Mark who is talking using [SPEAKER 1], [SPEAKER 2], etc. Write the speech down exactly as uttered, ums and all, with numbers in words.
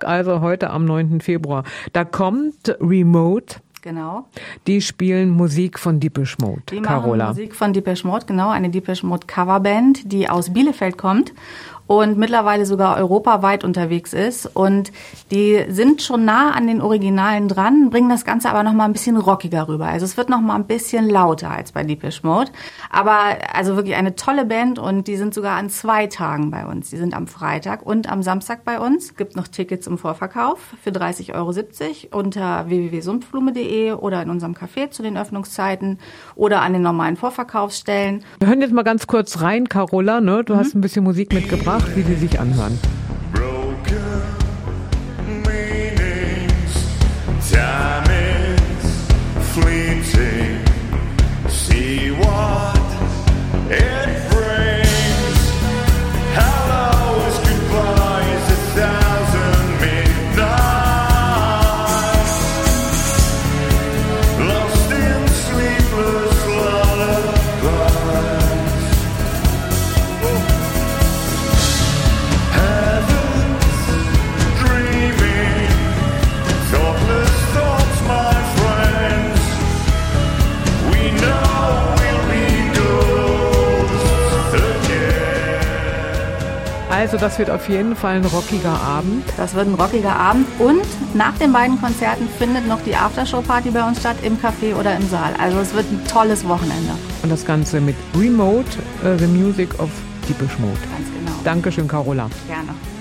[SPEAKER 1] also heute am neunten Februar. Da kommt Remote.
[SPEAKER 2] Genau.
[SPEAKER 1] Die spielen Musik von Depeche Mode,
[SPEAKER 2] die
[SPEAKER 1] Carola.
[SPEAKER 2] machen Musik von Depeche Mode, genau, eine Depeche Mode Coverband, die aus Bielefeld kommt und mittlerweile sogar europaweit unterwegs ist. Und die sind schon nah an den Originalen dran, bringen das Ganze aber noch mal ein bisschen rockiger rüber. Also es wird noch mal ein bisschen lauter als bei Depeche Mode. Aber also wirklich eine tolle Band und die sind sogar an zwei Tagen bei uns. Die sind am Freitag und am Samstag bei uns. Es gibt noch Tickets im Vorverkauf für dreißig Euro siebzig unter w w w punkt sumpfblume punkt d e oder in unserem Café zu den Öffnungszeiten oder an den normalen Vorverkaufsstellen.
[SPEAKER 1] Wir hören jetzt mal ganz kurz rein, Carola, ne? Du mhm. hast ein bisschen Musik mitgebracht, wie sie sich anhören. Also das wird auf jeden Fall ein rockiger Abend.
[SPEAKER 2] Das wird ein rockiger Abend und nach den beiden Konzerten findet noch die Aftershow-Party bei uns statt, im Café oder im Saal. Also es wird ein tolles Wochenende.
[SPEAKER 1] Und das Ganze mit Remote, uh, the Music of Depeche Mode.
[SPEAKER 2] Ganz genau.
[SPEAKER 1] Dankeschön, Carola.
[SPEAKER 2] Gerne.